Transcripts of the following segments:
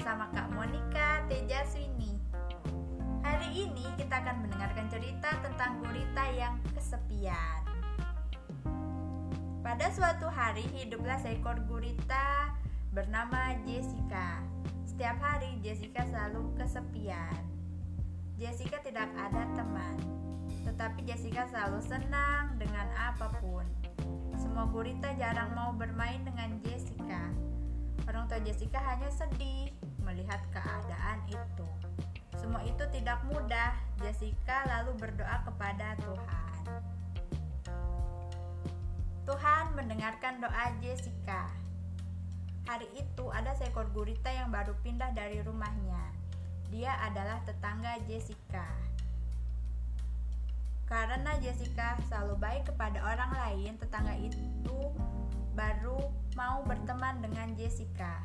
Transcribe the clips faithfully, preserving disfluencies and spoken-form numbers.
bersama Kak Monica Tejaswini. Hari ini kita akan mendengarkan cerita tentang gurita yang kesepian. Pada suatu hari hiduplah seekor gurita bernama Jessica. Setiap hari Jessica selalu kesepian. Jessica tidak ada teman, tetapi Jessica selalu senang dengan apapun. Semua gurita jarang mau bermain dengan Jessica. Orang tua Jessica hanya sedih melihat keadaan itu. Semua itu tidak mudah. Jessica lalu berdoa kepada Tuhan. Tuhan mendengarkan doa Jessica. Hari itu ada seekor gurita yang baru pindah dari rumahnya. Dia adalah tetangga Jessica. Karena Jessica selalu baik kepada orang lain, tetangga itu baru mau berteman dengan Jessica.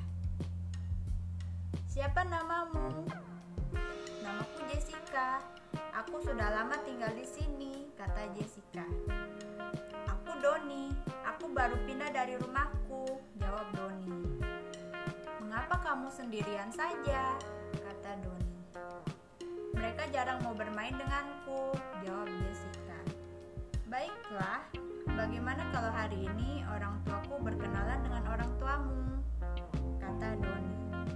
"Siapa namamu?" "Namaku Jessica. Aku sudah lama tinggal di sini," kata Jessica. "Aku Doni. Aku baru pindah dari rumahku," jawab Doni. "Mengapa kamu sendirian saja?" kata Doni. "Mereka jarang mau bermain denganku," jawab Jessica. "Baiklah, bagaimana kalau hari ini orang tuaku berkenalan dengan orang tuamu?" kata Doni.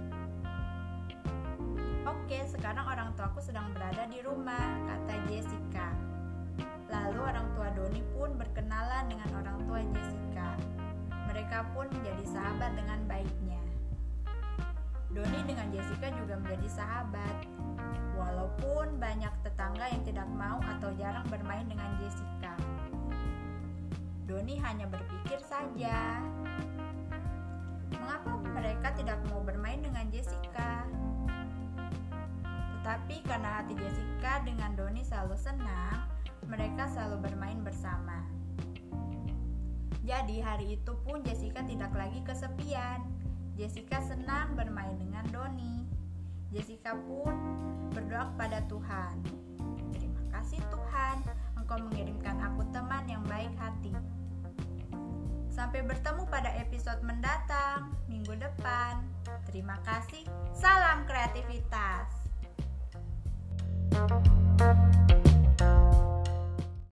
"Oke, sekarang orang tuaku sedang berada di rumah," kata Jessica. Lalu orang tua Doni pun berkenalan dengan orang tua Jessica. Mereka pun menjadi sahabat dengan baiknya. Doni dengan Jessica juga menjadi sahabat. Walaupun banyak tetangga yang tidak mau atau jarang bermain dengan Jessica, Doni hanya berpikir saja, "Mengapa mereka tidak mau bermain dengan Jessica?" Tetapi karena hati Jessica dengan Doni selalu senang, mereka selalu bermain bersama. Jadi hari itu pun Jessica tidak lagi kesepian. Jessica senang bermain dengan Doni. Jessica pun berdoa kepada Tuhan. "Terima kasih Tuhan, Engkau mengirimkan aku teman yang baik hati." Sampai bertemu pada episode mendatang minggu depan. Terima kasih. Salam kreativitas.